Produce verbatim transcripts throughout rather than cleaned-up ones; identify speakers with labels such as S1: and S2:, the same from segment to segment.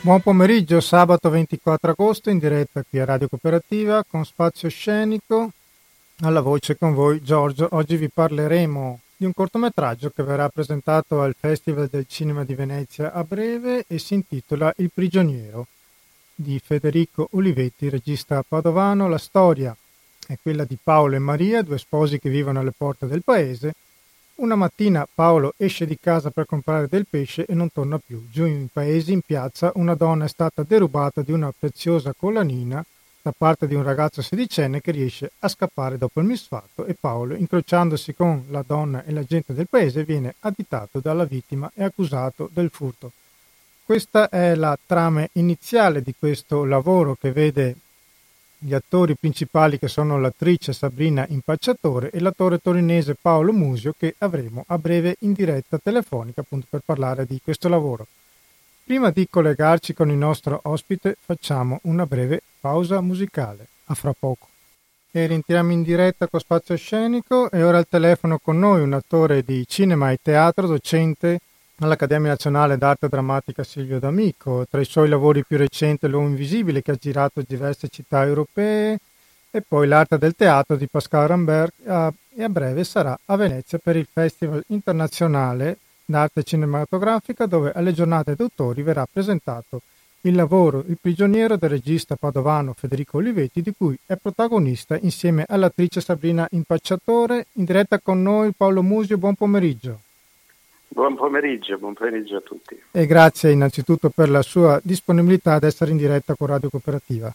S1: Buon pomeriggio, sabato ventiquattro agosto, in diretta qui a Radio Cooperativa con Spazio Scenico. Alla voce con voi Giorgio. Oggi vi parleremo di un cortometraggio che verrà presentato al Festival del Cinema di Venezia a breve e si intitola Il prigioniero di Federico Olivetti, regista padovano. La storia è quella di Paolo e Maria, due sposi che vivono alle porte del paese. Una mattina Paolo esce di casa per comprare del pesce e non torna più. Giù in paese, in piazza, una donna è stata derubata di una preziosa collanina da parte di un ragazzo sedicenne che riesce a scappare dopo il misfatto e Paolo, incrociandosi con la donna e la gente del paese, viene additato dalla vittima e accusato del furto. Questa è la trama iniziale di questo lavoro che vede gli attori principali che sono l'attrice Sabrina Impacciatore e l'attore torinese Paolo Musio, che avremo a breve in diretta telefonica appunto per parlare di questo lavoro. Prima di collegarci con il nostro ospite facciamo una breve pausa musicale. A fra poco. E rientriamo in diretta con Spazio Scenico e ora al telefono con noi un attore di cinema e teatro, docente all'Accademia Nazionale d'Arte Drammatica Silvio D'Amico. Tra i suoi lavori più recenti L'Uomo Invisibile, che ha girato diverse città europee, e poi L'Arte del teatro di Pascal Rambert, e a breve sarà a Venezia per il Festival Internazionale d'Arte Cinematografica, dove alle giornate d'autori verrà presentato il lavoro Il prigioniero del regista padovano Federico Olivetti, di cui è protagonista insieme all'attrice Sabrina Impacciatore. In diretta con noi Paolo Musio, buon pomeriggio.
S2: Buon pomeriggio, buon pomeriggio a tutti.
S1: E grazie innanzitutto per la sua disponibilità ad essere in diretta con Radio Cooperativa.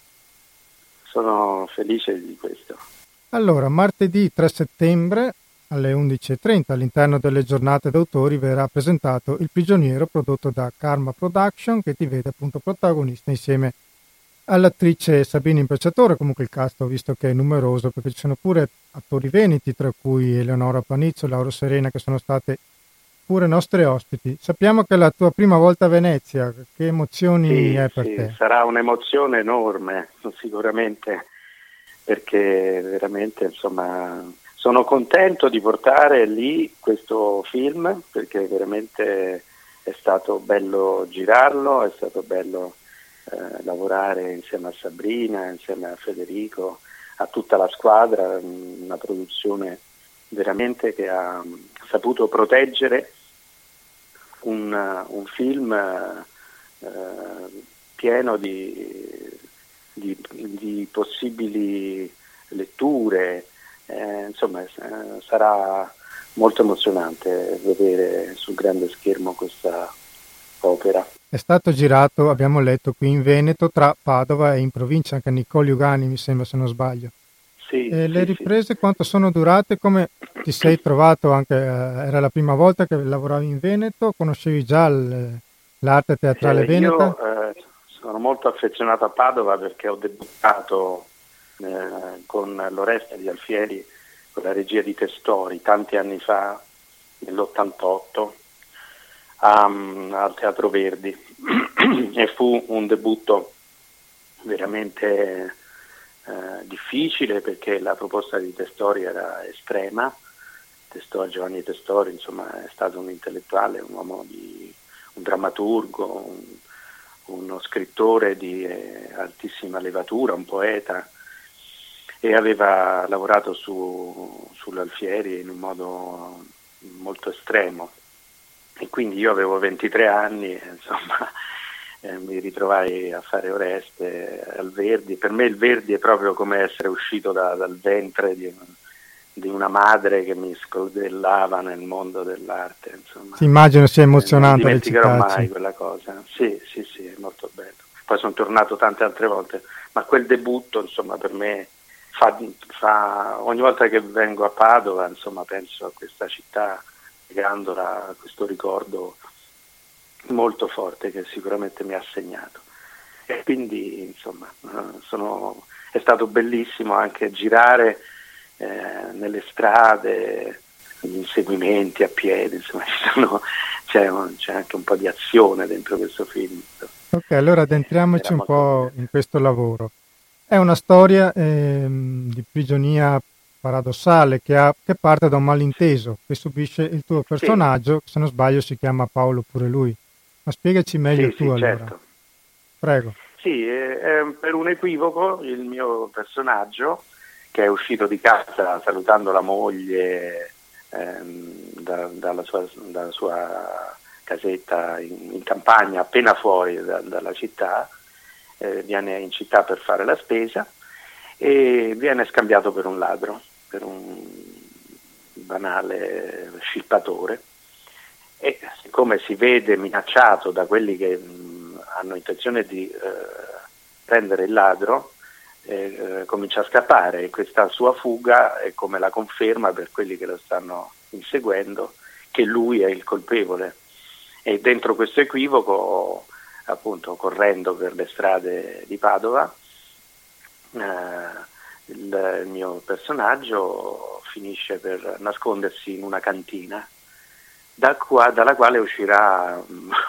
S2: Sono felice di questo.
S1: Allora, martedì tre settembre alle undici e trenta all'interno delle giornate d'autori verrà presentato Il prigioniero, prodotto da Karma Production, che ti vede appunto protagonista insieme all'attrice Sabrina Impacciatore. Comunque il cast ho visto che è numeroso, perché ci sono pure attori veneti, tra cui Eleonora Panizzo, Lauro Serena, che sono state pure nostre ospiti. Sappiamo che è la tua prima volta a Venezia, che emozioni
S2: sì,
S1: è per
S2: sì,
S1: te?
S2: Sarà un'emozione enorme, sicuramente, perché veramente, insomma, sono contento di portare lì questo film, perché veramente è stato bello girarlo, è stato bello eh, lavorare insieme a Sabrina, insieme a Federico, a tutta la squadra, una produzione veramente che ha saputo proteggere un, un film eh, pieno di, di, di possibili letture. Eh, insomma eh, sarà molto emozionante vedere sul grande schermo questa opera.
S1: È stato girato, abbiamo letto, qui in Veneto, tra Padova e in provincia anche a Niccolò Ugani, mi sembra, se non sbaglio.
S2: Sì,
S1: e
S2: sì,
S1: le riprese
S2: sì.
S1: Quanto sono durate? Come ti sei trovato? Anche eh, era la prima volta che lavoravi in Veneto? Conoscevi già l, l'arte teatrale
S2: eh,
S1: veneta?
S2: Io eh, sono molto affezionato a Padova perché ho debuttato eh, con l'Oreste di Alfieri con la regia di Testori tanti anni fa, nell'ottantotto, a, al Teatro Verdi e fu un debutto veramente Eh, difficile, perché la proposta di Testori era estrema. Testori, Giovanni Testori, insomma, è stato un intellettuale, un uomo di un drammaturgo, un, uno scrittore di eh, altissima levatura, un poeta, e aveva lavorato su, sull'Alfieri in un modo molto estremo, e quindi io avevo ventitré anni e, insomma, Eh, mi ritrovai a fare Oreste al Verdi. Per me il Verdi è proprio come essere uscito da, dal ventre di, di una madre che mi scodellava nel mondo dell'arte, insomma.
S1: Ti immagino sia emozionante.
S2: Eh, non dimenticherò mai quella cosa. Sì, sì, sì, è molto bello. Poi sono tornato tante altre volte, ma quel debutto, insomma, per me fa, fa ogni volta che vengo a Padova, insomma, penso a questa città, legandola a questo ricordo molto forte che sicuramente mi ha segnato. E quindi, insomma, sono, è stato bellissimo anche girare eh, nelle strade, gli inseguimenti a piedi, insomma, ci sono, c'è, c'è anche un po' di azione dentro questo film.
S1: Ok, allora addentriamoci un po' in questo lavoro. È una storia ehm, di prigionia paradossale che, ha, che parte da un malinteso che subisce il tuo personaggio, sì. Se non sbaglio si chiama Paolo pure lui. Ma spiegaci meglio
S2: sì,
S1: tu
S2: sì,
S1: allora.
S2: Certo.
S1: Prego.
S2: Sì, eh, per un equivoco il mio personaggio, che è uscito di casa salutando la moglie ehm, da, dalla, sua, dalla sua casetta in, in campagna, appena fuori da, dalla città, eh, viene in città per fare la spesa e viene scambiato per un ladro, per un banale scippatore, e siccome si vede minacciato da quelli che mh, hanno intenzione di eh, prendere il ladro, eh, eh, comincia a scappare, e questa sua fuga è come la conferma per quelli che lo stanno inseguendo che lui è il colpevole. E dentro questo equivoco, appunto, correndo per le strade di Padova, eh, il, il mio personaggio finisce per nascondersi in una cantina da qua, dalla quale uscirà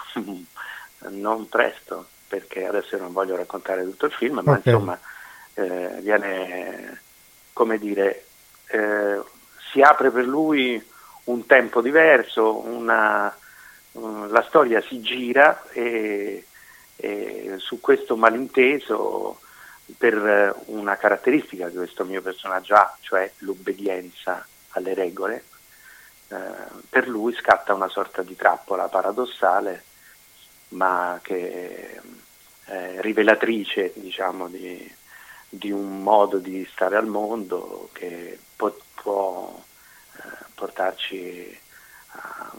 S2: non presto, perché adesso non voglio raccontare tutto il film, ma
S1: Okay.
S2: insomma eh, viene, come dire, eh, si apre per lui un tempo diverso, una, um, la storia si gira e, e su questo malinteso, per una caratteristica che questo mio personaggio ha, cioè l'obbedienza alle regole, eh, per lui scatta una sorta di trappola paradossale, ma che è rivelatrice, diciamo, di, di un modo di stare al mondo che può, può eh, portarci a,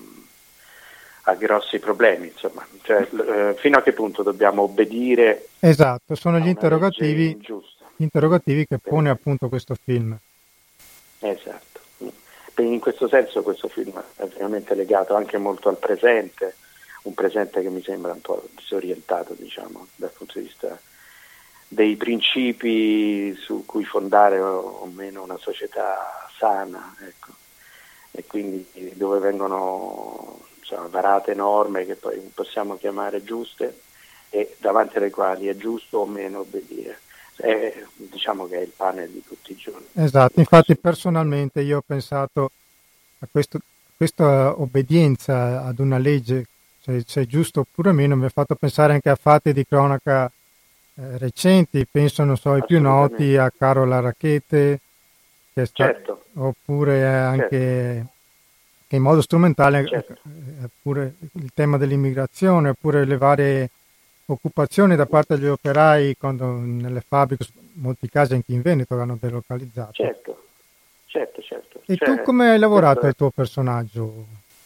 S2: a grossi problemi, insomma, cioè, eh, fino a che punto dobbiamo obbedire
S1: Esatto, sono
S2: a
S1: gli
S2: una legge
S1: interrogativi,
S2: ingiusta.
S1: gli interrogativi che
S2: Per
S1: pone
S2: esempio.
S1: appunto questo film.
S2: Esatto. In questo senso questo film è veramente legato anche molto al presente, un presente che mi sembra un po' disorientato, diciamo, dal punto di vista dei principi su cui fondare o, o meno una società sana, ecco. E quindi dove vengono, insomma, varate norme che poi possiamo chiamare giuste e davanti alle quali è giusto o meno obbedire. È, diciamo che è il pane di tutti i giorni.
S1: Esatto, infatti personalmente io ho pensato a questo, questa obbedienza ad una legge, se, se è giusto oppure meno, mi ha fatto pensare anche a fatti di cronaca eh, recenti, penso, non so, i più noti,
S2: Assolutamente.
S1: a Carola Rackete, che è sta-
S2: Certo,
S1: oppure
S2: certo,
S1: anche che in modo strumentale,
S2: certo,
S1: eh, pure il tema dell'immigrazione, oppure le varie occupazioni da parte degli operai quando nelle fabbriche, in molti casi anche in Veneto, l'hanno delocalizzato.
S2: certo, certo, certo.
S1: E tu
S2: Cioè,
S1: come hai lavorato
S2: questo è.
S1: al tuo personaggio?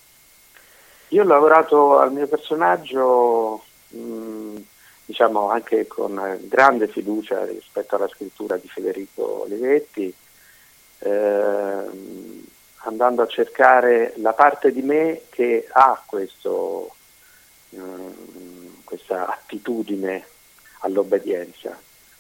S2: Io ho lavorato al mio personaggio, mh, diciamo, anche con grande fiducia rispetto alla scrittura di Federico Olivetti, ehm, andando a cercare la parte di me che ha questo, mh, questa attitudine all'obbedienza.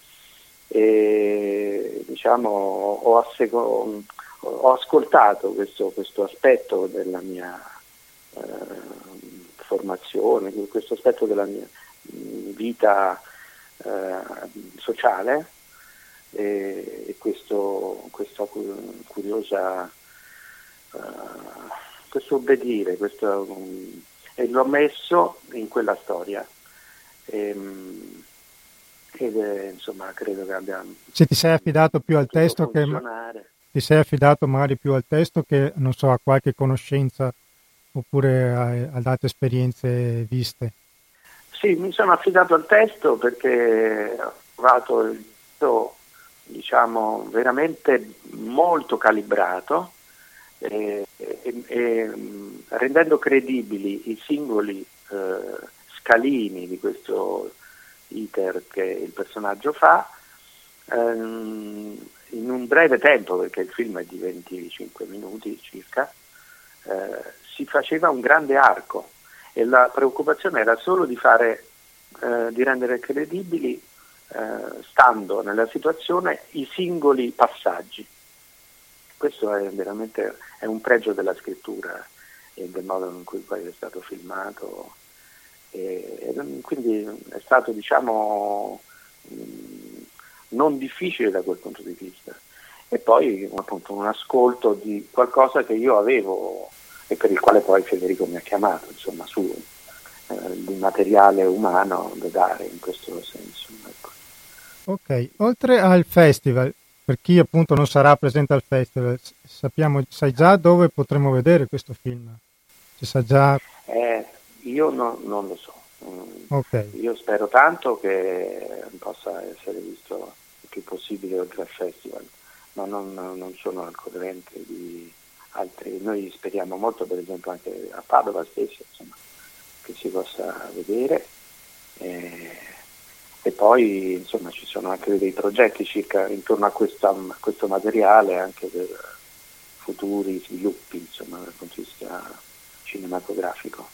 S2: E diciamo ho, asseco- ho ascoltato questo, questo aspetto della mia eh, formazione, questo aspetto della mia mh, vita eh, sociale, e, e questo, questa cu- curiosa eh, questo obbedire, questo, mh, e l'ho messo in quella storia. E, mh, ed eh, insomma credo che abbia
S1: Se ti sei affidato più al
S2: potuto
S1: testo che ma-
S2: funzionare.
S1: ti sei affidato magari più al testo che, non so, a qualche conoscenza oppure a- ad altre esperienze viste.
S2: Sì, mi sono affidato al testo perché ho trovato il testo, diciamo, veramente molto calibrato, e, e- e, mh, rendendo credibili i singoli eh, scalini di questo iter che il personaggio fa, ehm, in un breve tempo, perché il film è di venticinque minuti circa, eh, si faceva un grande arco, e la preoccupazione era solo di fare, eh, di rendere credibili, eh, stando nella situazione, i singoli passaggi. Questo è veramente è un pregio della scrittura e del modo in cui poi è stato filmato, e, e quindi è stato, diciamo, mh, non difficile da quel punto di vista. E poi appunto un ascolto di qualcosa che io avevo e per il quale poi Federico mi ha chiamato, insomma, su, eh, di materiale umano da dare in questo senso. Ecco.
S1: Ok, oltre al festival, per chi appunto non sarà presente al festival, sappiamo, sai già dove potremo vedere questo film? Si sa già?
S2: Eh, io no, non lo so.
S1: Ok.
S2: Io spero tanto che possa essere visto il più possibile oltre al festival, ma non, non sono al corrente di altri. Noi speriamo molto, per esempio, anche a Padova stesso, insomma, che si possa vedere. Eh, e poi insomma ci sono anche dei progetti circa intorno a, questa, a questo materiale anche per futuri sviluppi, insomma, dal punto di vista cinematografico,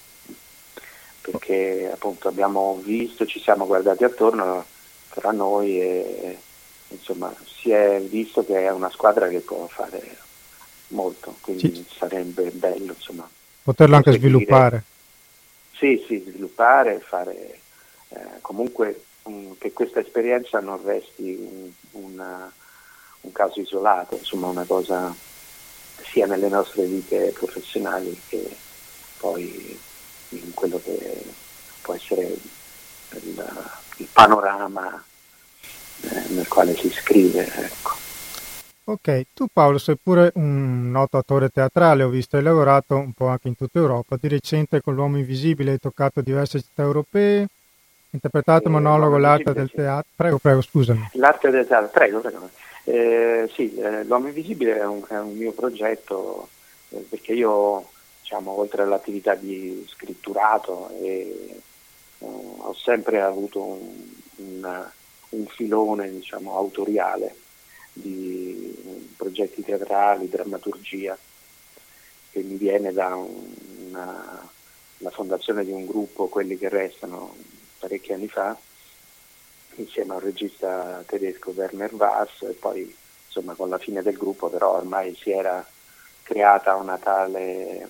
S2: perché appunto abbiamo visto, ci siamo guardati attorno tra noi e insomma si è visto che è una squadra che può fare molto, quindi
S1: Sì.
S2: Sarebbe bello, insomma,
S1: Poterlo anche
S2: proseguire.
S1: sviluppare.
S2: Sì, sì, sviluppare, fare eh, comunque um, che questa esperienza non resti un, una, un caso isolato, insomma una cosa sia nelle nostre vite professionali che poi in quello che può essere il, il panorama eh, nel quale si scrive. Ecco.
S1: Ok, tu Paolo sei pure un noto attore teatrale, ho visto, hai lavorato un po' anche in tutta Europa, di recente con L'Uomo Invisibile hai toccato diverse città europee, interpretato
S2: Eh,
S1: monologo
S2: L'Uomo
S1: L'arte
S2: Invisibile,
S1: del
S2: sì.
S1: teatro, prego, prego, scusami.
S2: L'arte del teatro, prego, prego. Eh, sì, eh, L'Uomo Invisibile è un, è un mio progetto eh, perché io, diciamo, oltre all'attività di scritturato, eh, ho sempre avuto un, una, un filone, diciamo, autoriale di progetti teatrali, drammaturgia, che mi viene da una, la fondazione di un gruppo, Quelli che restano, parecchi anni fa, insieme a un regista tedesco, Werner Wass, e poi insomma con la fine del gruppo però ormai si era creata una tale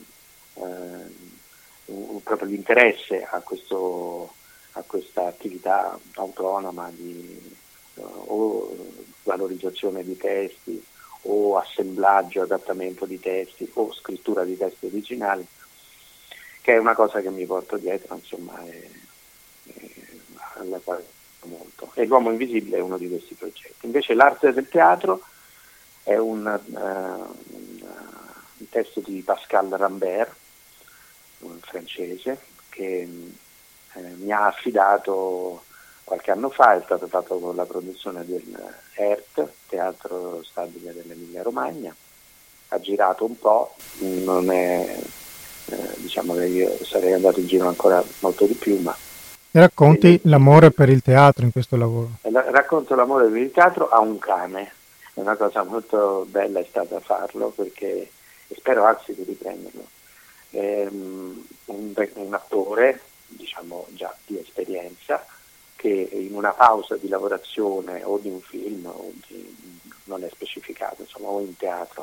S2: eh, un, proprio l'interesse a, questo, a questa attività autonoma di uh, o valorizzazione di testi o assemblaggio, adattamento di testi o scrittura di testi originali, che è una cosa che mi porto dietro, insomma, e, e alla quale molto. E L'Uomo Invisibile è uno di questi progetti. Invece L'Arte del teatro è un, uh, un, uh, un testo di Pascal Rambert, un francese, che eh, mi ha affidato qualche anno fa, è stato fatto con la produzione del E R T, Teatro Stabile dell'Emilia Romagna, ha girato un po', non è, eh, diciamo che io sarei andato in giro ancora molto di più, ma
S1: E racconti l'amore per il teatro in questo lavoro.
S2: Racconto l'amore per il teatro a un cane, è una cosa molto bella è stata farlo, perché e spero anzi di riprenderlo. Ehm, un, un attore, diciamo già di esperienza, che in una pausa di lavorazione o di un film, o di, non è specificato, insomma, o in teatro,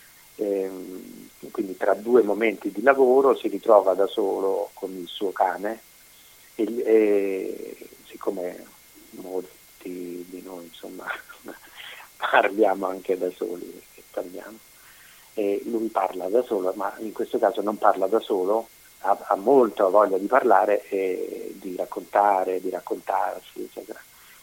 S2: ehm, quindi tra due momenti di lavoro si ritrova da solo con il suo cane e, e siccome molti di noi insomma parliamo anche da soli, perché parliamo, e lui parla da solo, ma in questo caso non parla da solo, ha, ha molta voglia di parlare e di raccontare, di raccontarsi, eccetera.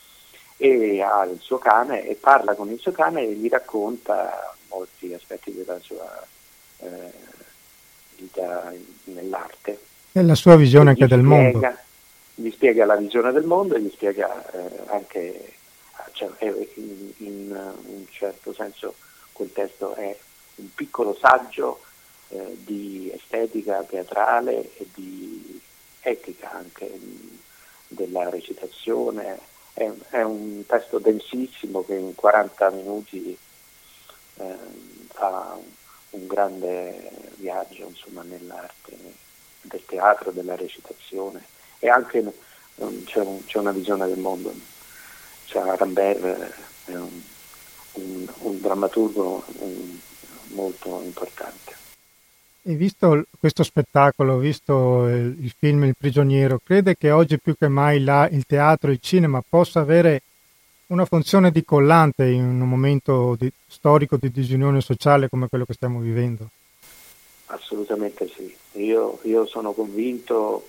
S2: E ha il suo cane e parla con il suo cane e gli racconta molti aspetti della sua eh, vita nell'arte.
S1: E la sua visione anche del
S2: spiega,
S1: mondo.
S2: Gli spiega la visione del mondo e gli spiega eh, anche, cioè, in, in un certo senso quel testo è un piccolo saggio eh, di estetica teatrale e di etica anche mh, della recitazione. È, è un testo densissimo che in quaranta minuti eh, fa un grande viaggio, insomma, nell'arte del teatro, della recitazione, e anche um, c'è, un, c'è una visione del mondo. Cioè, Rambert è un, un, un drammaturgo un, molto importante.
S1: E visto questo spettacolo, visto il, il film Il prigioniero, crede che oggi più che mai là, il teatro, il cinema possa avere una funzione di collante in un momento di, storico di disunione sociale come quello che stiamo vivendo?
S2: Assolutamente sì. Io, io sono convinto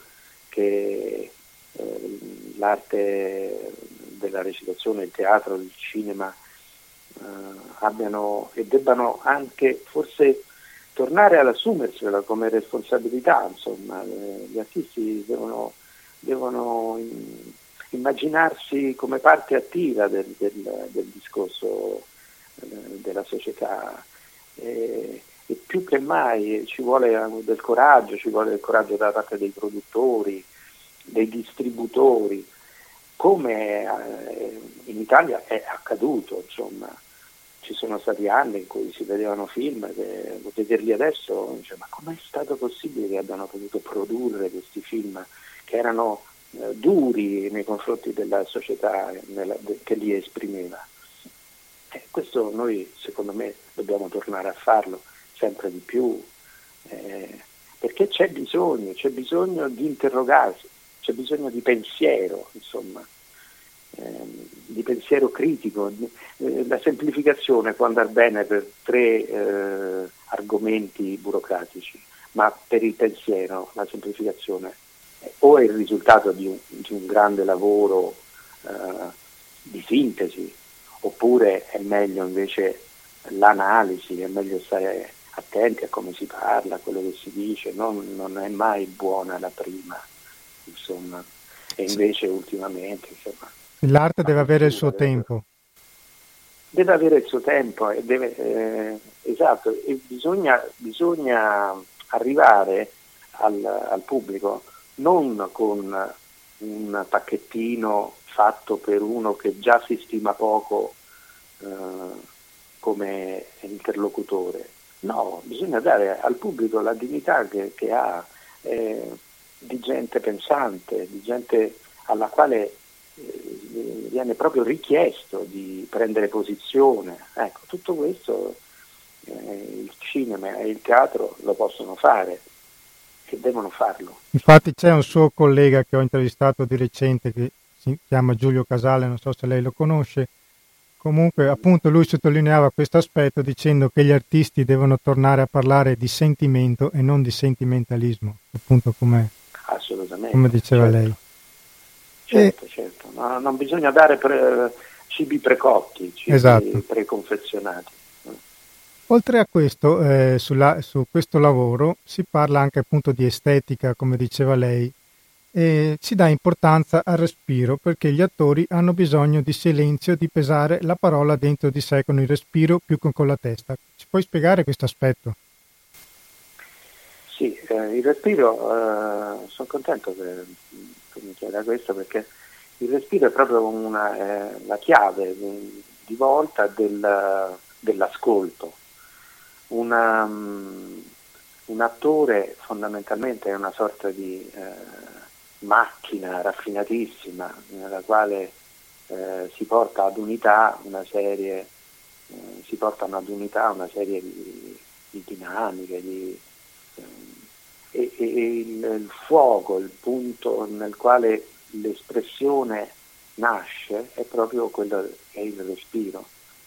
S2: che eh, l'arte della recitazione, il teatro, il cinema eh, abbiano e debbano anche forse tornare ad assumersela come responsabilità, insomma, eh, gli artisti devono, devono in, immaginarsi come parte attiva del, del, del discorso eh, della società. E, e più che mai ci vuole del coraggio, ci vuole del coraggio da parte dei produttori, dei distributori, come eh, in Italia è accaduto, insomma. Ci sono stati anni in cui si vedevano film che vederli adesso, dice, ma com'è stato possibile che abbiano potuto produrre questi film che erano eh, duri nei confronti della società nella, de, che li esprimeva? Eh, questo noi secondo me dobbiamo tornare a farlo sempre di più, eh, perché c'è bisogno, c'è bisogno di interrogarsi, c'è bisogno di pensiero, insomma. Eh, di pensiero critico, eh, la semplificazione può andare bene per tre eh, argomenti burocratici, ma per il pensiero la semplificazione è, o è il risultato di un, di un grande lavoro eh, di sintesi, oppure è meglio invece l'analisi, è meglio stare attenti a come si parla, a quello che si dice, non, non è mai buona la prima, insomma, e invece ultimamente, insomma,
S1: L'arte deve avere il suo tempo.
S2: Deve avere il suo tempo, e deve, eh, esatto, e bisogna, bisogna arrivare al, al pubblico non con un pacchettino fatto per uno che già si stima poco eh, come interlocutore. No, bisogna dare al pubblico la dignità che, che ha eh, di gente pensante, di gente alla quale viene proprio richiesto di prendere posizione. Ecco, tutto questo eh, il cinema e il teatro lo possono fare e devono farlo.
S1: Infatti c'è un suo collega che ho intervistato di recente che si chiama Giulio Casale, non so se lei lo conosce. Comunque appunto lui sottolineava questo aspetto dicendo che gli artisti devono tornare a parlare di sentimento e non di sentimentalismo, appunto come,
S2: Assolutamente,
S1: come diceva
S2: certo.
S1: lei.
S2: Certo, e... certo, no, non bisogna dare pre- cibi precotti, cibi
S1: esatto.
S2: preconfezionati.
S1: Oltre a questo, eh, sulla, su questo lavoro si parla anche appunto di estetica, come diceva lei, e si dà importanza al respiro perché gli attori hanno bisogno di silenzio, di pesare la parola dentro di sé con il respiro più che con la testa. Ci puoi spiegare questo aspetto?
S2: Sì, eh, il respiro, eh, sono contento che tu mi chieda questo perché il respiro è proprio una, eh, la chiave di, di volta del, dell'ascolto. Una, um, un attore fondamentalmente è una sorta di eh, macchina raffinatissima nella quale eh, si porta ad unità una serie, eh, si portano ad unità una serie di, di dinamiche, di, eh, e, e il, il fuoco, il punto nel quale l'espressione nasce è proprio quello che è il respiro.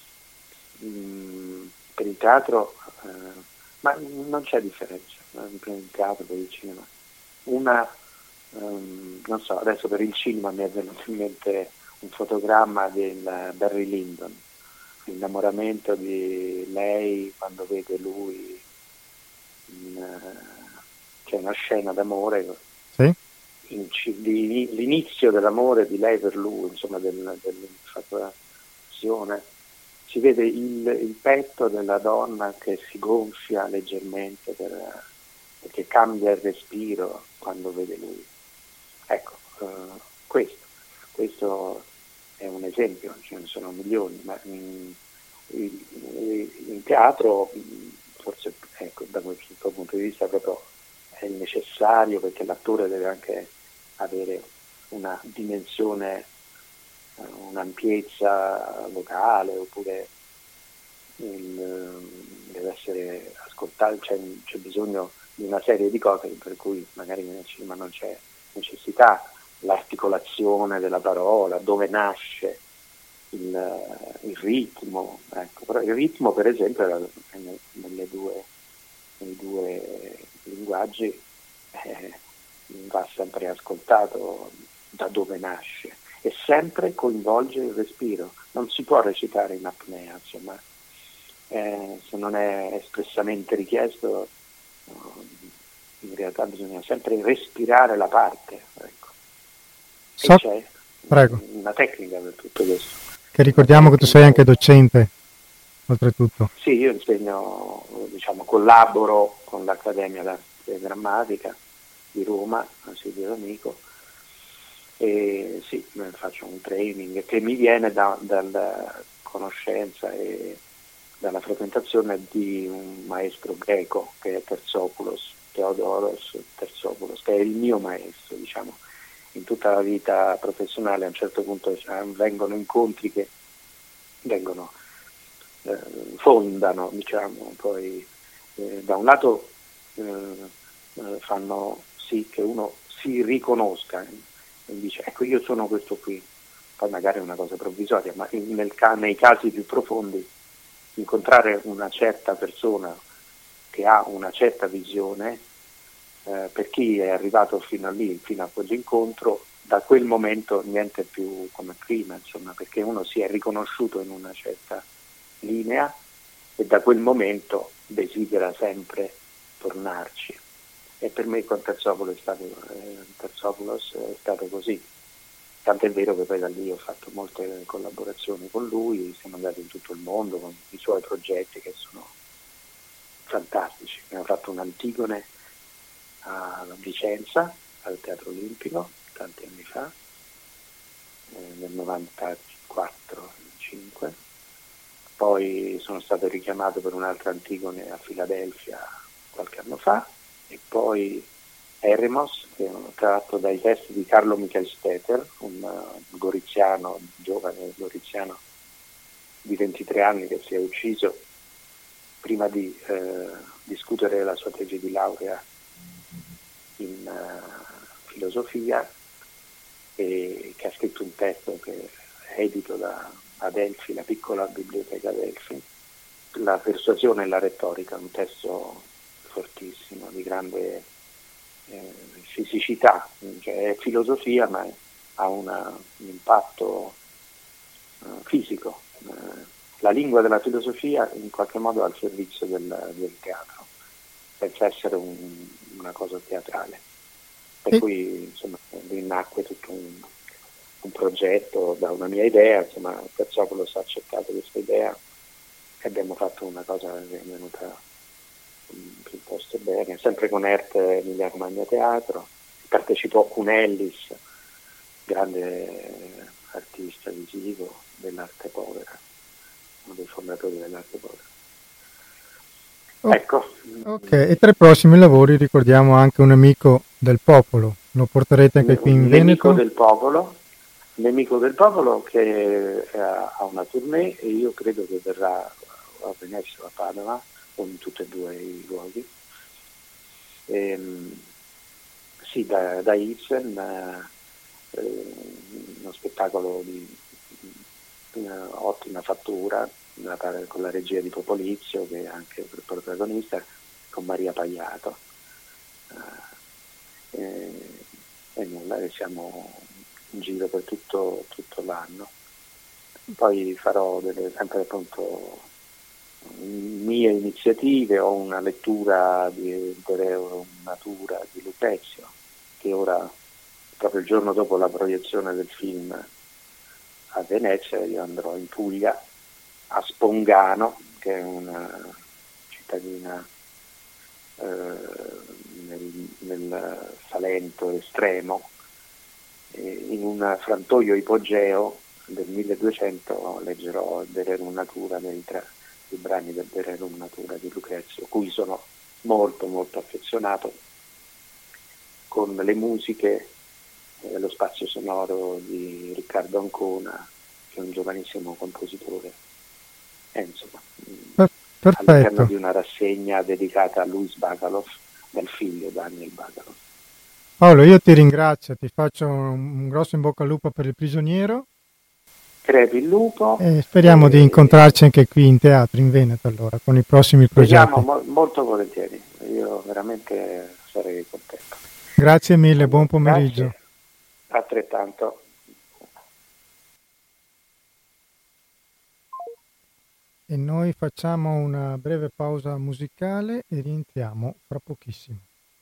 S2: Mm, per il teatro, eh, ma non c'è differenza eh, per il teatro, per il cinema. Una, um, non so, adesso per il cinema mi è venuto in mente un fotogramma del Barry Lyndon, l'innamoramento di lei quando vede lui, in, uh, c'è una scena d'amore,
S1: sì?
S2: in, di, l'inizio dell'amore di lei per lui, insomma del, dell'infatuazione. Si vede il, il petto della donna che si gonfia leggermente per, perché cambia il respiro quando vede lui. Ecco, uh, questo, questo è un esempio, ce ne sono milioni, ma in, in, in teatro forse ecco, da questo punto di vista proprio è necessario perché l'attore deve anche avere una dimensione, un'ampiezza vocale, oppure il, deve essere ascoltato, c'è, c'è bisogno di una serie di cose per cui magari nel cinema non c'è necessità, l'articolazione della parola, dove nasce il, il ritmo, ecco. Però il ritmo per esempio nelle due, nei due linguaggi è, va sempre ascoltato da dove nasce e sempre coinvolge il respiro. Non si può recitare in apnea, insomma, eh, se non è espressamente richiesto, in realtà bisogna sempre respirare la parte, ecco.
S1: So,
S2: e c'è
S1: prego.
S2: una tecnica per tutto questo.
S1: Che ricordiamo che tu sei anche docente, oltretutto.
S2: Sì, io insegno, diciamo, collaboro con l'Accademia d'Arte Drammatica di Roma, a Silvio D'Amico, e sì, faccio un training che mi viene da, dalla conoscenza e dalla frequentazione di un maestro greco che è Terzopoulos, Theodoros Terzopoulos, che è il mio maestro, diciamo. In tutta la vita professionale a un certo punto vengono incontri che vengono eh, fondano, diciamo, poi eh, da un lato eh, eh, fanno sì che uno si riconosca e dice ecco io sono questo qui, poi magari è una cosa provvisoria, ma in, nel, nei casi più profondi incontrare una certa persona che ha una certa visione, eh, per chi è arrivato fino a lì, fino a quell'incontro, da quel momento niente più come prima, insomma, perché uno si è riconosciuto in una certa linea e da quel momento desidera sempre tornarci. E per me con Terzopoulos è stato, eh, Terzopoulos è stato così. Tant'è vero che poi da lì ho fatto molte collaborazioni con lui, siamo andati in tutto il mondo con i suoi progetti che sono fantastici. Abbiamo fatto un'Antigone a Vicenza, al Teatro Olimpico, tanti anni fa, eh, nel novantaquattro cinque. Poi sono stato richiamato per un'altra Antigone a Filadelfia qualche anno fa, e poi Eremos, che è tratto dai testi di Carlo Michelstetter, un uh, goriziano, giovane goriziano di ventitré anni che si è ucciso prima di eh, discutere la sua tesi di laurea in uh, filosofia, e che ha scritto un testo che è edito da Adelphi, la piccola biblioteca Adelphi, La persuasione e la retorica, un testo fortissimo, di grande eh, fisicità, cioè è filosofia ma ha una, un impatto eh, fisico. Eh, la lingua della filosofia in qualche modo al servizio del, del teatro, senza essere un, una cosa teatrale. Per cui insomma rinacque tutto un, un progetto da una mia idea, insomma Terzopoulos ha accettato questa idea e abbiamo fatto una cosa che è venuta piuttosto bene, sempre con E R T Emilia Romagna Teatro. Partecipò Cunellis, grande artista visivo dell'arte povera, uno dei fondatori dell'arte povera.
S1: Oh,
S2: ecco.
S1: Ok, e tra i prossimi lavori ricordiamo anche Un nemico del popolo, lo porterete anche qui in
S2: un
S1: Veneto?
S2: Nemico del popolo, Nemico del popolo che ha una tournée e io credo che verrà a Venezia o a Padova, o in tutti e due i luoghi. Ehm, sì, da, da Ibsen, eh, uno spettacolo di una ottima fattura, con la regia di Popolizio, che è anche il protagonista, con Maria Paiato. Eh, e, e nulla, siamo in giro per tutto, tutto l'anno. Poi farò delle, sempre appunto mie iniziative, ho una lettura di De Rerum Natura di Lucrezio, che ora, proprio il giorno dopo la proiezione del film a Venezia, io andrò in Puglia, a Spongano, che è una cittadina eh, nel, nel Salento estremo, e in un frantoio ipogeo del milleduecento leggerò De Rerum Natura, dei tre i brani del De Rerum Natura di Lucrezio, cui sono molto molto affezionato, con le musiche e lo spazio sonoro di Riccardo Ancona, che è un giovanissimo compositore, e insomma
S1: Perfetto.
S2: All'interno di una rassegna dedicata a Luis Bacalov, del figlio Daniel Bacalov.
S1: Paolo, io ti ringrazio, ti faccio un grosso in bocca al lupo per Il prigioniero.
S2: Crepi il lupo.
S1: E speriamo e... di incontrarci anche qui in teatro, in Veneto, allora, con i prossimi progetti.
S2: Speriamo mo- molto volentieri, io veramente sarei contento.
S1: Grazie mille, buon pomeriggio.
S2: Grazie. Altrettanto.
S1: E noi facciamo una breve pausa musicale e rientriamo fra pochissimo.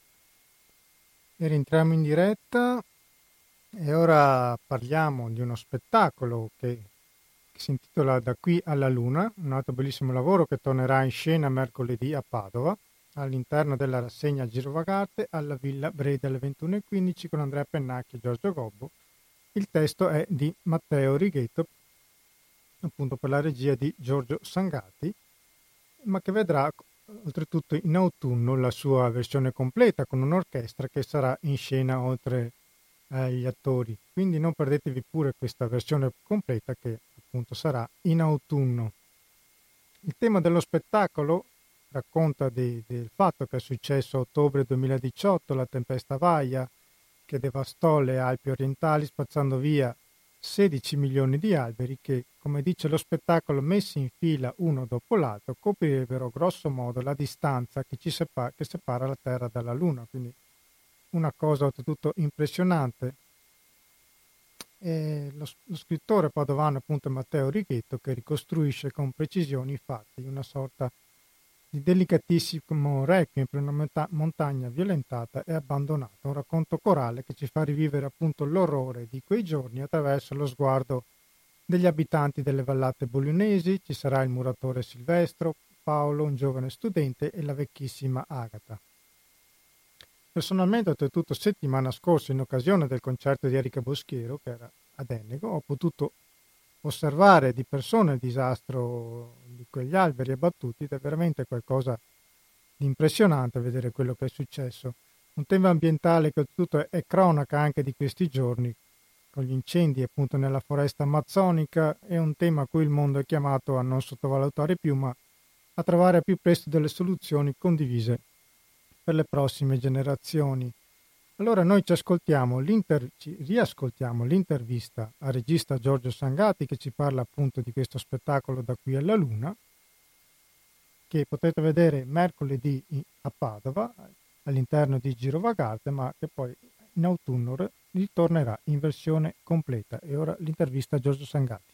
S1: E rientriamo in diretta e ora parliamo di uno spettacolo che, che si intitola Da qui alla Luna, un altro bellissimo lavoro che tornerà in scena mercoledì a Padova, all'interno della rassegna Girovagarte alla Villa Breda alle ventuno e quindici con Andrea Pennacchi e Giorgio Gobbo. Il testo è di Matteo Righetto, appunto per la regia di Giorgio Sangati, ma che vedrà oltretutto in autunno la sua versione completa con un'orchestra che sarà in scena oltre agli attori. Quindi non perdetevi pure questa versione completa che appunto sarà in autunno. Il tema dello spettacolo racconta di, del fatto che è successo a ottobre duemiladiciotto, la tempesta Vaia, che devastò le Alpi orientali spazzando via sedici milioni di alberi che, come dice lo spettacolo, messi in fila uno dopo l'altro, coprirebbero grosso modo la distanza che, ci separa, che separa la Terra dalla Luna. Quindi una cosa oltretutto impressionante. E lo, lo scrittore padovano appunto Matteo Righetto, che ricostruisce con precisione i fatti, una sorta di delicatissimo requiem per una montagna violentata e abbandonata, un racconto corale che ci fa rivivere appunto l'orrore di quei giorni attraverso lo sguardo degli abitanti delle vallate bolognesi. Ci sarà il muratore Silvestro, Paolo, un giovane studente, e la vecchissima Agata. Personalmente, oltretutto, settimana scorsa, in occasione del concerto di Erika Boschiero, che era ad Ennego, ho potuto osservare di persona il disastro di quegli alberi abbattuti ed è veramente qualcosa di impressionante vedere quello che è successo. Un tema ambientale che oltretutto è cronaca anche di questi giorni, con gli incendi appunto nella foresta amazzonica, è un tema a cui il mondo è chiamato a non sottovalutare più, ma a trovare più presto delle soluzioni condivise per le prossime generazioni. Allora noi ci ascoltiamo, l'inter... ci riascoltiamo l'intervista al regista Giorgio Sangati che ci parla appunto di questo spettacolo Da qui alla Luna, che potete vedere mercoledì a Padova all'interno di Girovagarte, ma che poi in autunno ritornerà in versione completa. E ora l'intervista a Giorgio Sangati.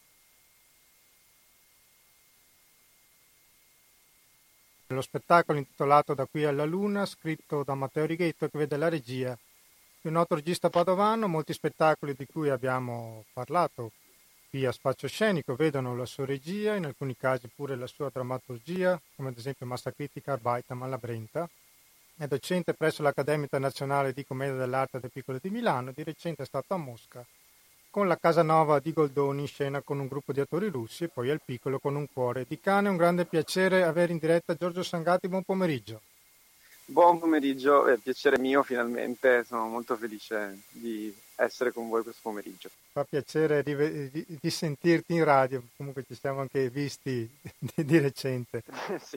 S1: Lo spettacolo intitolato Da qui alla Luna, scritto da Matteo Righetto, che vede la regia di un noto regista padovano. Molti spettacoli di cui abbiamo parlato qui a Spazio Scenico vedono la sua regia, in alcuni casi pure la sua drammaturgia, come ad esempio Massa Critica, Arbaitam alla Brenta. È docente presso l'Accademia Internazionale di Commedia dell'Arte del Piccolo di Milano. Di recente è stato a Mosca con la Casanova di Goldoni in scena con un gruppo di attori russi, e poi al Piccolo con un cuore di cane. È un grande piacere avere in diretta Giorgio Sangati. Buon pomeriggio.
S3: Buon pomeriggio, è piacere mio finalmente, sono molto felice di essere con voi questo pomeriggio.
S1: Fa piacere di, di, di sentirti in radio, comunque ci siamo anche visti di, di recente.
S3: Sì.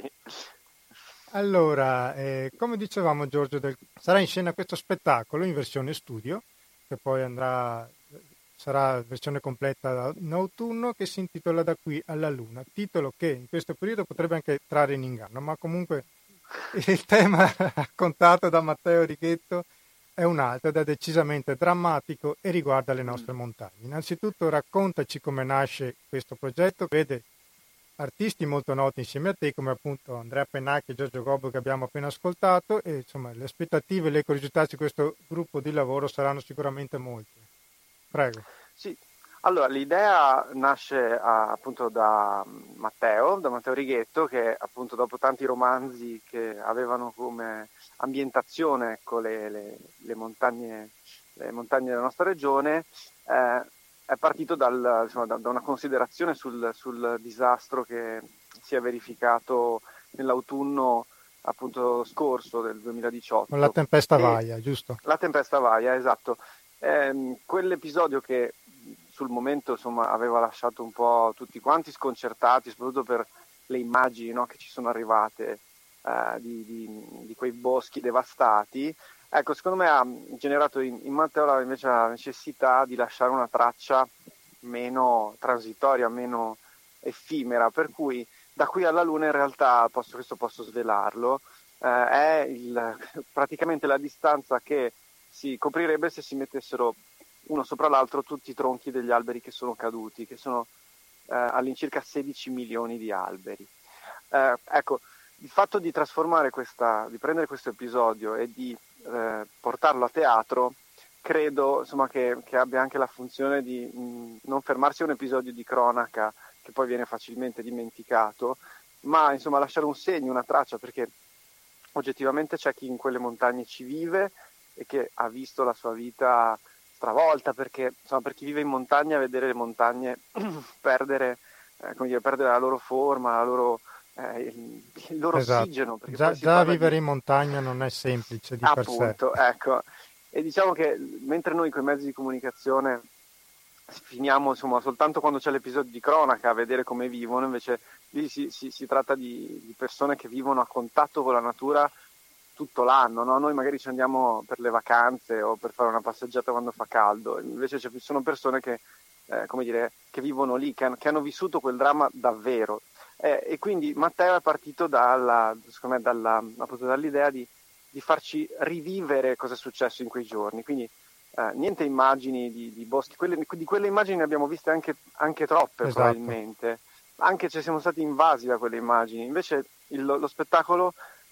S1: Allora, eh, come dicevamo Giorgio, del, sarà in scena questo spettacolo in versione studio, che poi andrà, sarà versione completa in autunno, che si intitola Da qui alla Luna, titolo che in questo periodo potrebbe anche trarre in inganno, ma comunque il tema raccontato da Matteo Righetto è un altro ed è decisamente drammatico e riguarda le nostre montagne. Innanzitutto raccontaci come nasce questo progetto. Vede artisti molto noti insieme a te, come appunto Andrea Pennacchi e Giorgio Gobbo che abbiamo appena ascoltato, e insomma le aspettative e le curiosità su questo gruppo di lavoro saranno sicuramente molte. Prego.
S3: Sì. Allora, l'idea nasce uh, appunto da Matteo, da Matteo Righetto, che appunto dopo tanti romanzi che avevano come ambientazione ecco, le, le, le, montagne, le montagne della nostra regione, eh, è partito dal, insomma, da, da una considerazione sul, sul disastro che si è verificato nell'autunno appunto scorso del duemiladiciotto.
S1: Con la tempesta Vaia, giusto?
S3: La tempesta Vaia, esatto. Eh, quell'episodio che sul momento insomma aveva lasciato un po' tutti quanti sconcertati, soprattutto per le immagini no, che ci sono arrivate eh, di, di, di quei boschi devastati. Ecco, secondo me ha generato in, in Matteo la, invece la necessità di lasciare una traccia meno transitoria, meno effimera, per cui Da qui alla Luna in realtà, posso, questo posso svelarlo, eh, è il, praticamente la distanza che si coprirebbe se si mettessero uno sopra l'altro tutti i tronchi degli alberi che sono caduti, che sono eh, all'incirca sedici milioni di alberi. Eh, ecco, il fatto di trasformare questa, di prendere questo episodio e di eh, portarlo a teatro, credo insomma che, che abbia anche la funzione di mh, non fermarsi a un episodio di cronaca che poi viene facilmente dimenticato, ma insomma lasciare un segno, una traccia, perché oggettivamente c'è chi in quelle montagne ci vive e che ha visto la sua vita stravolta, perché insomma, per chi vive in montagna vedere le montagne perdere, eh, come dire, perdere la loro forma, la loro, eh, il, il loro
S1: esatto.
S3: ossigeno. Perché
S1: Già,
S3: poi si
S1: già vivere
S3: di...
S1: in montagna non è semplice di
S3: Appunto,
S1: per sé.
S3: Ecco. E diciamo che mentre noi con i mezzi di comunicazione finiamo insomma soltanto quando c'è l'episodio di cronaca a vedere come vivono, invece lì si, si, si tratta di, di persone che vivono a contatto con la natura tutto l'anno, no? Noi magari ci andiamo per le vacanze o per fare una passeggiata quando fa caldo, invece ci sono persone che, eh, come dire, che vivono lì, che hanno, che hanno vissuto quel dramma davvero. Eh, e quindi Matteo è partito dalla, secondo me, dalla, appunto dall'idea di, di farci rivivere cosa è successo in quei giorni. Quindi eh, niente immagini di, di boschi, quelle, di quelle immagini ne abbiamo viste anche, anche troppe, esatto, probabilmente, anche se siamo stati invasi da quelle immagini. Invece il, lo spettacolo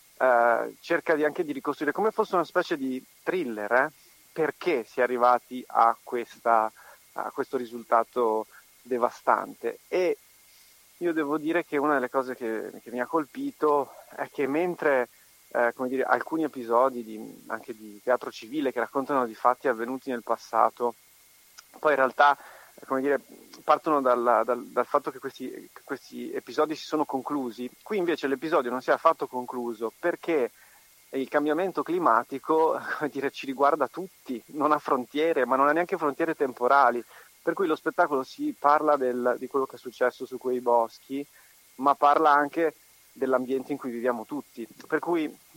S3: eh, cerca di, anche di ricostruire come fosse una specie di thriller, eh? Perché si è arrivati a, questa, a questo risultato devastante. E io devo dire che una delle cose che, che mi ha colpito è che mentre eh, come dire, alcuni episodi di, anche di teatro civile che raccontano di fatti avvenuti nel passato, poi in realtà come dire, partono dal, dal, dal fatto che questi, che questi episodi si sono conclusi. Qui invece l'episodio non si è affatto concluso perché il cambiamento climatico, come dire, ci riguarda tutti, non ha frontiere, ma non ha neanche frontiere temporali. Per cui lo spettacolo si parla del, di quello che è successo su quei boschi, ma parla anche dell'ambiente in cui viviamo tutti. Per cui eh,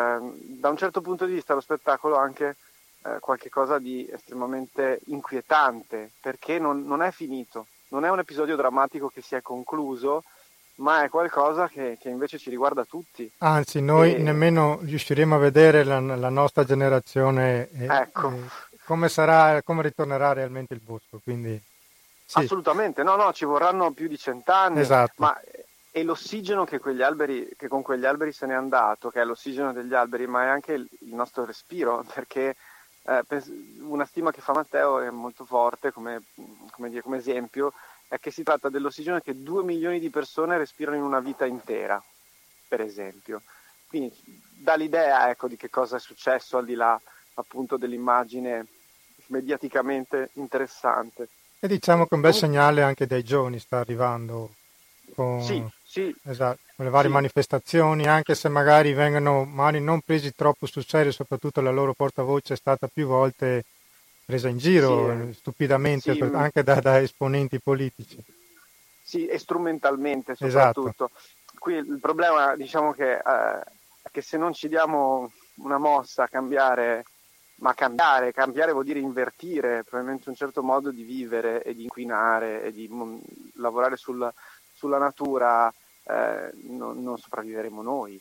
S3: da un certo punto di vista lo spettacolo ha anche eh, qualche cosa di estremamente inquietante, perché non, non è finito, non è un episodio drammatico che si è concluso, ma è qualcosa che, che invece ci riguarda tutti.
S1: Anzi, noi
S3: e...
S1: nemmeno riusciremo a vedere la, la nostra generazione e,
S3: ecco.
S1: e come sarà, come ritornerà realmente il bosco. Quindi, sì.
S3: Assolutamente, no, no, ci vorranno più di cent'anni,
S1: esatto.
S3: ma è l'ossigeno che, quegli alberi, che con quegli alberi se n'è andato, che è l'ossigeno degli alberi, ma è anche il, il nostro respiro, perché eh, una stima che fa Matteo è molto forte come, come, dire, come esempio, è che si tratta dell'ossigeno che due milioni di persone respirano in una vita intera, per esempio. Quindi dà l'idea, ecco, di che cosa è successo al di là appunto dell'immagine mediaticamente interessante.
S1: E diciamo che un bel segnale anche dai giovani sta arrivando con,
S3: sì, sì,
S1: esatto, con le varie
S3: sì.
S1: manifestazioni, anche se magari vengono magari non presi troppo sul serio, soprattutto la loro portavoce è stata più volte presa in giro, sì, stupidamente,
S3: sì,
S1: per, anche da, da esponenti politici.
S3: Sì, e strumentalmente soprattutto. Esatto. Qui il problema, diciamo che, eh, è che se non ci diamo una mossa a cambiare, ma cambiare, cambiare vuol dire invertire probabilmente un certo modo di vivere e di inquinare e di m- lavorare sul, sulla natura, eh, non, non sopravviveremo noi.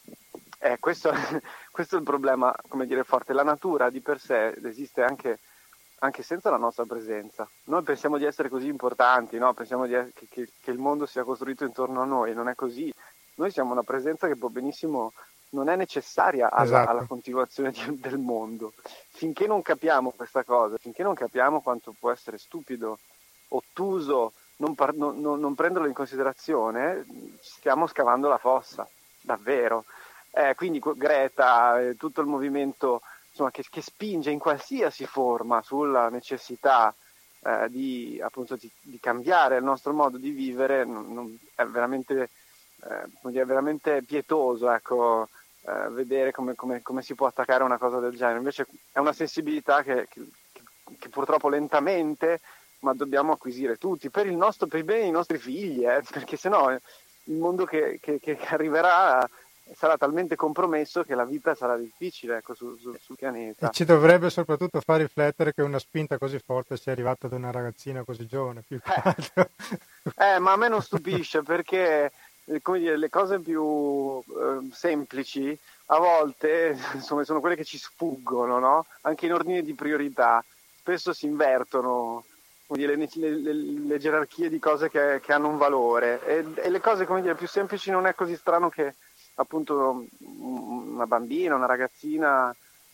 S3: Eh, questo, questo è il problema, come dire, forte. La natura di per sé esiste anche, anche senza la nostra presenza. Noi pensiamo di essere così importanti, no? Pensiamo di, che, che, che il mondo sia costruito intorno a noi, non è così. Noi siamo una presenza che può benissimo, non è necessaria alla, esatto. alla continuazione di, del mondo. Finché non capiamo questa cosa, finché non capiamo quanto può essere stupido, ottuso, non, par- non, non, non prenderlo in considerazione, stiamo scavando la fossa, davvero. Eh, quindi Greta, eh, tutto il movimento insomma, che, che spinge in qualsiasi forma sulla necessità eh, di, appunto, di, di cambiare il nostro modo di vivere, non, non, è veramente, eh, è veramente pietoso, ecco, eh, vedere come, come, come si può attaccare una cosa del genere. Invece è una sensibilità che, che, che purtroppo lentamente, ma dobbiamo acquisire tutti, per il, nostro, per il bene dei nostri figli, eh, perché sennò il mondo che, che, che arriverà sarà talmente compromesso che la vita sarà difficile, ecco, su, su, sul pianeta.
S1: E ci dovrebbe soprattutto far riflettere che una spinta così forte sia arrivata da una ragazzina così giovane, più che altro.
S3: Eh, ma a me non stupisce perché, come dire, le cose più eh, semplici a volte insomma, sono quelle che ci sfuggono, no? Anche in ordine di priorità. Spesso si invertono, come dire, le, le, le, le gerarchie di cose che, che hanno un valore e, e le cose, come dire, più semplici non è così strano che appunto una bambina, una ragazzina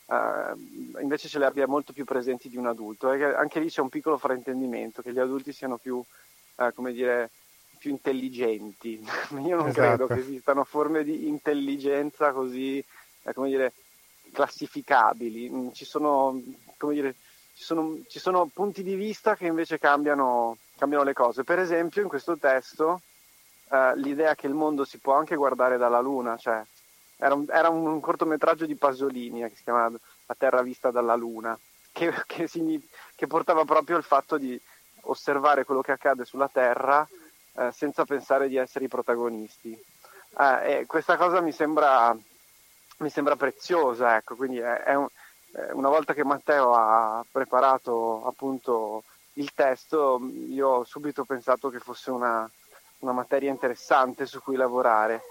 S3: eh, invece ce le abbia molto più presenti di un adulto. E anche lì c'è un piccolo fraintendimento, che gli adulti siano più, eh, come dire, più intelligenti. Io non
S1: Esatto.
S3: credo che esistano forme di intelligenza così, eh, come dire, classificabili. Ci sono, come dire, ci sono, ci sono punti di vista che invece cambiano, cambiano le cose. Per esempio, in questo testo, eh, l'idea che il mondo si può anche guardare dalla Luna, cioè era un, era un cortometraggio di Pasolini eh, che si chiama La Terra vista dalla Luna, che, che, signi, che portava proprio il fatto di osservare quello che accade sulla Terra eh, senza pensare di essere i protagonisti. Eh, e questa cosa mi sembra, mi sembra preziosa, ecco, quindi è, è un, una volta che Matteo ha preparato appunto il testo, io ho subito pensato che fosse una, una materia interessante su cui lavorare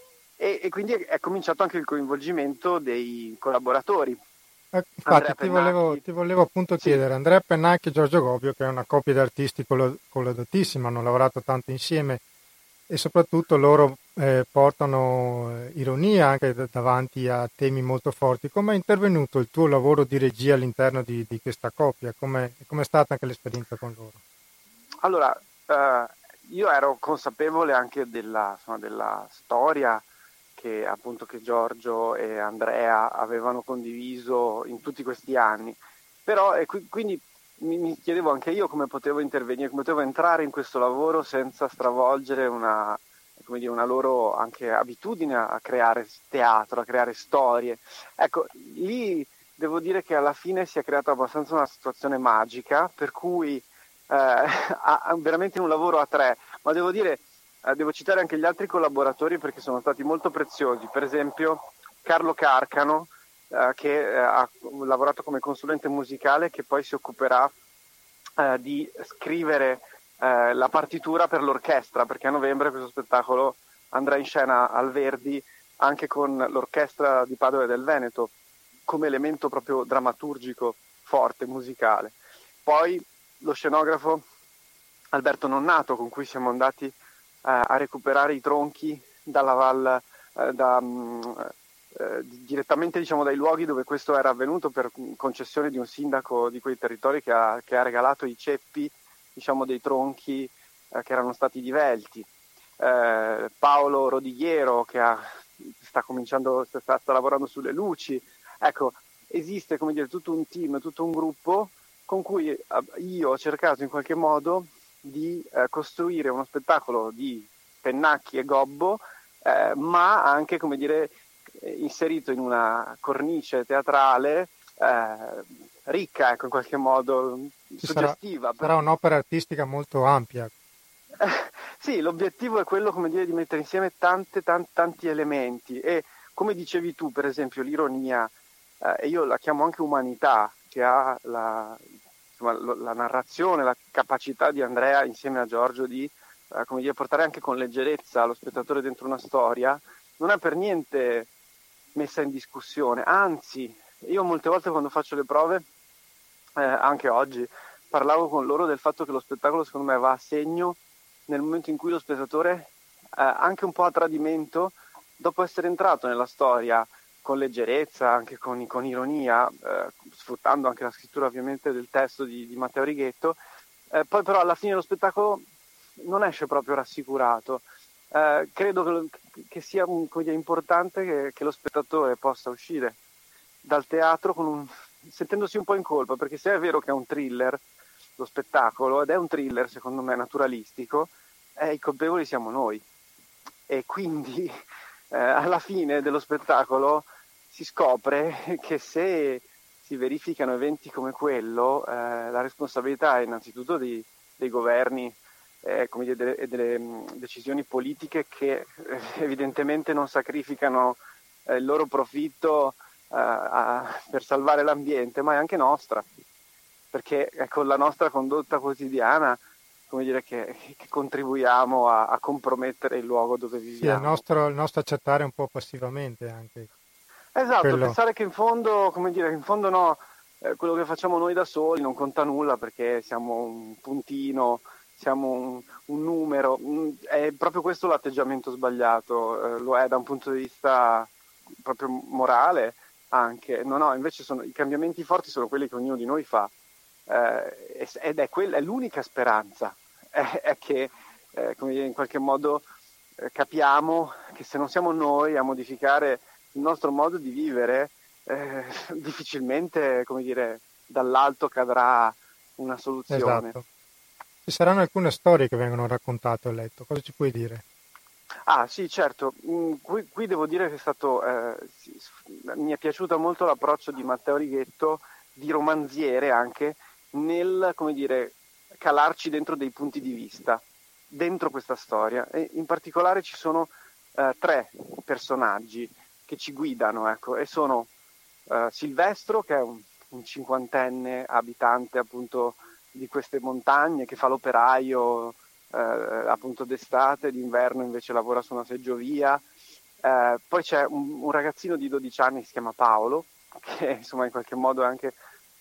S3: e, e quindi è, è cominciato anche il coinvolgimento dei collaboratori.
S1: Eh, infatti ti volevo, ti volevo appunto
S3: sì.
S1: chiedere, Andrea Pennacchi e Giorgio Gobbio, che è una coppia di artisti collaudatissima, hanno lavorato tanto insieme e soprattutto loro eh, portano eh, ironia anche d- davanti a temi molto forti. Come è intervenuto il tuo lavoro di regia all'interno di, di questa coppia? Come è stata anche l'esperienza con loro?
S3: Allora, eh, io ero consapevole anche della, insomma, della storia che appunto che Giorgio e Andrea avevano condiviso in tutti questi anni, però e qui, quindi mi, mi chiedevo anche io come potevo intervenire, come potevo entrare in questo lavoro senza stravolgere una, come dire, una loro anche abitudine a creare teatro, a creare storie. Ecco, lì devo dire che alla fine si è creata abbastanza una situazione magica, per cui eh, veramente un lavoro a tre, ma devo dire Eh, devo citare anche gli altri collaboratori perché sono stati molto preziosi, per esempio Carlo Carcano eh, che eh, ha lavorato come consulente musicale, che poi si occuperà eh, di scrivere eh, la partitura per l'orchestra, perché a novembre questo spettacolo andrà in scena al Verdi anche con l'orchestra di Padova e del Veneto come elemento proprio drammaturgico forte, musicale. Poi lo scenografo Alberto Nonnato, con cui siamo andati a recuperare i tronchi dalla val, eh, da, eh, direttamente diciamo dai luoghi dove questo era avvenuto per concessione di un sindaco di quei territori che ha, che ha regalato i ceppi diciamo dei tronchi eh, che erano stati divelti. Eh, Paolo Rodighiero che ha, sta cominciando, sta, sta lavorando sulle luci. Ecco, esiste come dire tutto un team, tutto un gruppo con cui io ho cercato in qualche modo di eh, costruire uno spettacolo di Pennacchi e Gobbo, eh, ma anche, come dire, inserito in una cornice teatrale eh, ricca, ecco, in qualche modo
S1: Ci
S3: suggestiva.
S1: Sarà, sarà un'opera artistica molto ampia.
S3: Eh, sì, l'obiettivo è quello, come dire, di mettere insieme tante, tanti, tanti elementi e, come dicevi tu, per esempio, l'ironia, eh, e io la chiamo anche umanità, che ha la... la narrazione, la capacità di Andrea insieme a Giorgio di eh, come dire, portare anche con leggerezza lo spettatore dentro una storia, non è per niente messa in discussione, anzi io molte volte quando faccio le prove, eh, anche oggi, parlavo con loro del fatto che lo spettacolo secondo me va a segno nel momento in cui lo spettatore, eh, anche un po' a tradimento, dopo essere entrato nella storia con leggerezza, anche con, con ironia, eh, sfruttando anche la scrittura ovviamente del testo di, di Matteo Righetto, eh, poi però alla fine lo spettacolo non esce proprio rassicurato. Eh, credo che, che sia un, dire, importante che, che lo spettatore possa uscire dal teatro con un, sentendosi un po' in colpa, perché se è vero che è un thriller, lo spettacolo, ed è un thriller secondo me naturalistico, eh, i colpevoli siamo noi. E quindi eh, alla fine dello spettacolo si scopre che se si verificano eventi come quello, eh, la responsabilità è innanzitutto di, dei governi eh, come dire, delle, delle mh, decisioni politiche che eh, evidentemente non sacrificano eh, il loro profitto eh, a, per salvare l'ambiente, ma è anche nostra, perché è con la nostra condotta quotidiana come dire, che, che contribuiamo a, a compromettere il luogo dove viviamo.
S1: Sì, è il nostro, il nostro accettare un po' passivamente anche.
S3: Esatto,
S1: quello...
S3: pensare che in fondo, come dire, in fondo no, eh, quello che facciamo noi da soli non conta nulla perché siamo un puntino, siamo un, un numero, è proprio questo l'atteggiamento sbagliato, eh, lo è da un punto di vista proprio morale anche, no no, invece sono, i cambiamenti forti sono quelli che ognuno di noi fa, eh, ed è, quella, è l'unica speranza, è, è che eh, come dire, in qualche modo eh, capiamo che se non siamo noi a modificare il nostro modo di vivere, eh, difficilmente, come dire, dall'alto cadrà una soluzione.
S1: Esatto. Ci saranno alcune storie che vengono raccontate, ho letto. Cosa ci puoi dire?
S3: Ah sì, certo. Mm, qui, qui devo dire che è stato, eh, sì, mi è piaciuto molto l'approccio di Matteo Righetto, di romanziere anche, nel, come dire, calarci dentro dei punti di vista, dentro questa storia. E in particolare ci sono eh, tre personaggi che ci guidano, ecco, e sono uh, Silvestro, che è un, un cinquantenne abitante appunto di queste montagne, che fa l'operaio eh, appunto d'estate, d'inverno invece lavora su una seggiovia. Eh, poi c'è un, un ragazzino di dodici anni che si chiama Paolo, che insomma in qualche modo è anche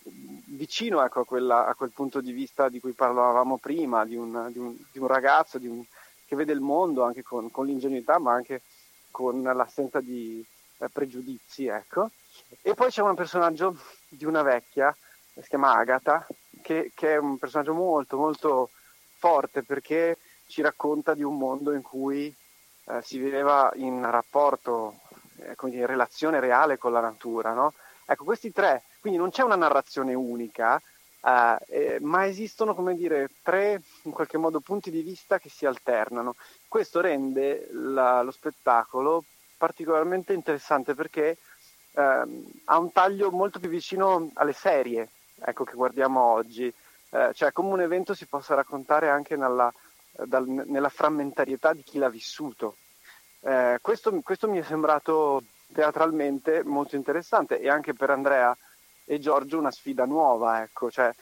S3: vicino, ecco, a, quella, a quel punto di vista di cui parlavamo prima, di un, di un, di un ragazzo di un, che vede il mondo anche con, con l'ingenuità, ma anche con l'assenza di eh, pregiudizi, ecco. E poi c'è un personaggio di una vecchia, si chiama Agata, che, che è un personaggio molto molto forte, perché ci racconta di un mondo in cui eh, si viveva in rapporto, eh, come dire, in relazione reale con la natura, no? Ecco, questi tre, quindi non c'è una narrazione unica, eh, eh, ma esistono, come dire, tre in qualche modo punti di vista che si alternano. Questo rende la, lo spettacolo particolarmente interessante perché ehm, ha un taglio molto più vicino alle serie, ecco, che guardiamo oggi, eh, cioè come un evento si possa raccontare anche nella, dal, nella frammentarietà di chi l'ha vissuto. Eh, questo, questo mi è sembrato teatralmente molto interessante, e anche per Andrea e Giorgio una sfida nuova, ecco, cioè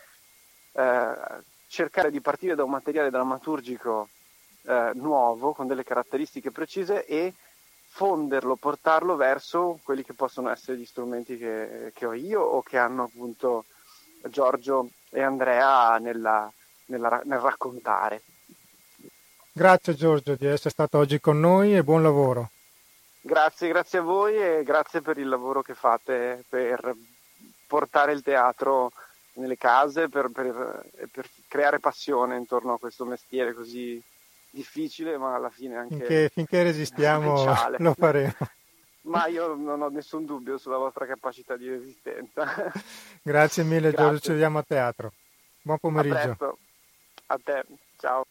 S3: eh, cercare di partire da un materiale drammaturgico eh, nuovo, con delle caratteristiche precise, e fonderlo, portarlo verso quelli che possono essere gli strumenti che, che ho io o che hanno appunto Giorgio e Andrea nella, nella, nel raccontare.
S1: Grazie Giorgio di essere stato oggi con noi e buon lavoro.
S3: Grazie, grazie a voi e grazie per il lavoro che fate per portare il teatro nelle case, per, per, per creare passione intorno a questo mestiere così difficile, ma alla fine anche
S1: finché, finché resistiamo
S3: speciale.
S1: Lo faremo.
S3: Ma io non ho nessun dubbio sulla vostra capacità di resistenza.
S1: Grazie mille. Grazie. Giorgio, ci vediamo a teatro. Buon pomeriggio.
S3: A presto. A te, ciao.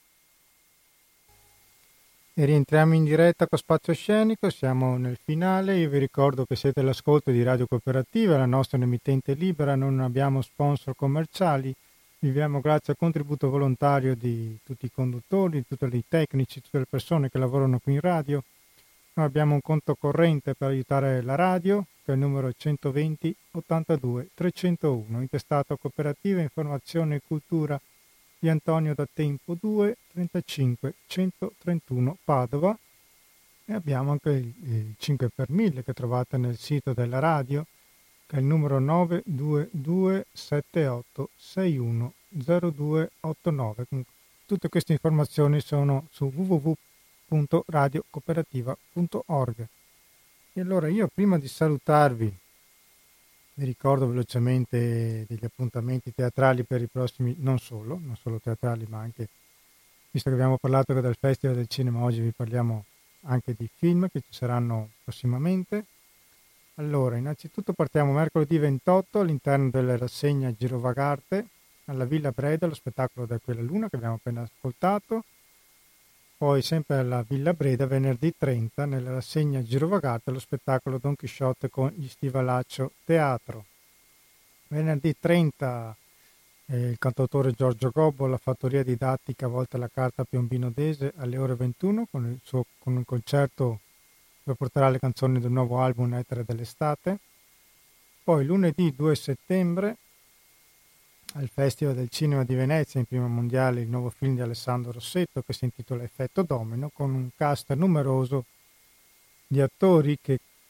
S1: E rientriamo in diretta con Spazio Scenico, siamo nel finale. Io vi ricordo che siete all'ascolto di Radio Cooperativa, la nostra è un'emittente libera, non abbiamo sponsor commerciali, viviamo grazie al contributo volontario di tutti i conduttori, di tutti i tecnici, tutte le persone che lavorano qui in radio. Noi abbiamo un conto corrente per aiutare la radio, che è il numero centoventi ottantadue trecentouno, intestato a Cooperativa Informazione e Cultura di Antonio da Tempo due, trentacinque centotrentuno Padova. E abbiamo anche il, il cinque per mille che trovate nel sito della radio, che è il numero nove due due sette otto sei uno zero due otto nove. Tutte queste informazioni sono su w w w punto radio cooperativa punto org. E allora io, prima di salutarvi, vi ricordo velocemente degli appuntamenti teatrali per i prossimi, non solo, non solo teatrali, ma anche, visto che abbiamo parlato del Festival del Cinema, oggi vi parliamo anche di film che ci saranno prossimamente. Allora, innanzitutto partiamo mercoledì ventotto all'interno della rassegna Girovagarte alla Villa Breda, lo spettacolo da quella luna che abbiamo appena ascoltato. Poi sempre alla Villa Breda venerdì trenta nella rassegna Girovagarte lo spettacolo Don Chisciotte con gli Stivalaccio Teatro. Venerdì trenta eh, il cantautore Giorgio Gobbo, la fattoria didattica volta alla carta Piombino Dese alle ore ventuno con, il suo, con un concerto dove porterà le canzoni del nuovo album Etere dell'estate. Poi lunedì due settembre al Festival del Cinema di Venezia, in prima mondiale, il nuovo film di Alessandro Rossetto che si intitola Effetto Domino, con un cast numeroso di attori che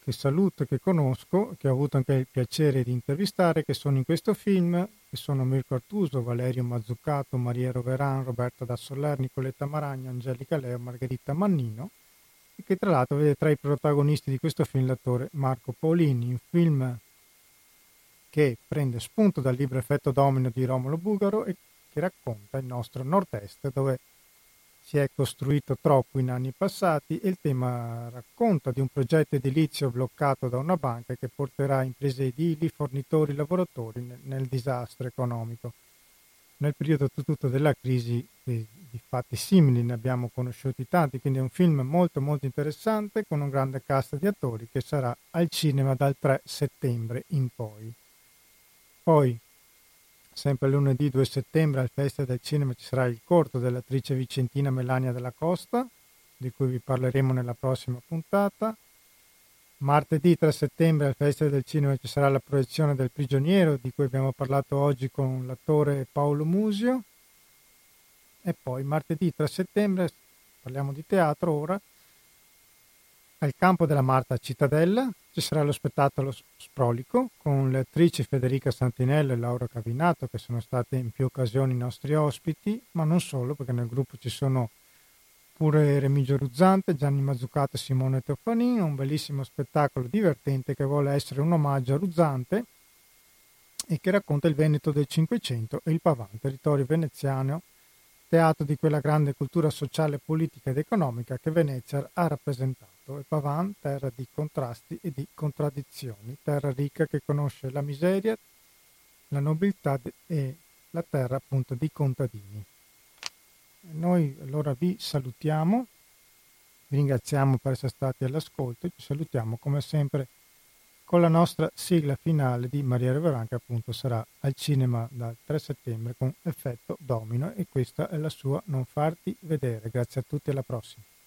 S1: che saluto e che conosco, che ho avuto anche il piacere di intervistare, che sono in questo film, che sono Mirko Artuso, Valerio Mazzucato, Maria Roveran, Roberta da Soler, Nicoletta Maragno, Angelica Leo, Margherita Mannino, e che tra l'altro vede tra i protagonisti di questo film l'attore Marco Paolini, un film che prende spunto dal libro Effetto Domino di Romolo Bugaro e che racconta il nostro nord-est, dove si è costruito troppo in anni passati, e il tema racconta di un progetto edilizio bloccato da una banca che porterà imprese edili, fornitori, lavoratori nel, nel disastro economico. Nel periodo tutto della crisi di, di fatti simili ne abbiamo conosciuti tanti, quindi è un film molto molto interessante con un grande cast di attori che sarà al cinema dal tre settembre in poi. Poi sempre lunedì due settembre al Festival del Cinema ci sarà il corto dell'attrice vicentina Melania Della Costa, di cui vi parleremo nella prossima puntata. Martedì tre settembre al Festival del Cinema ci sarà la proiezione del Prigioniero, di cui abbiamo parlato oggi con l'attore Paolo Musio. E poi martedì tre settembre, parliamo di teatro ora, al Campo della Marta a Cittadella ci sarà lo spettacolo Sprolico con le attrici Federica Santinello e Laura Cavinato, che sono state in più occasioni i nostri ospiti, ma non solo, perché nel gruppo ci sono pure Remigio Ruzzante, Gianni Mazzucato e Simone Teofanin, un bellissimo spettacolo divertente che vuole essere un omaggio a Ruzzante e che racconta il Veneto del Cinquecento e il Pavant, territorio veneziano, teatro di quella grande cultura sociale, politica ed economica che Venezia ha rappresentato. E Pavant, terra di contrasti e di contraddizioni, terra ricca che conosce la miseria, la nobiltà e la terra appunto di contadini. Noi allora vi salutiamo, vi ringraziamo per essere stati all'ascolto e ci salutiamo come sempre con la nostra sigla finale di Maria Roveran, che appunto sarà al cinema dal tre settembre con Effetto Domino, e questa è la sua Non farti vedere. Grazie a tutti e alla prossima.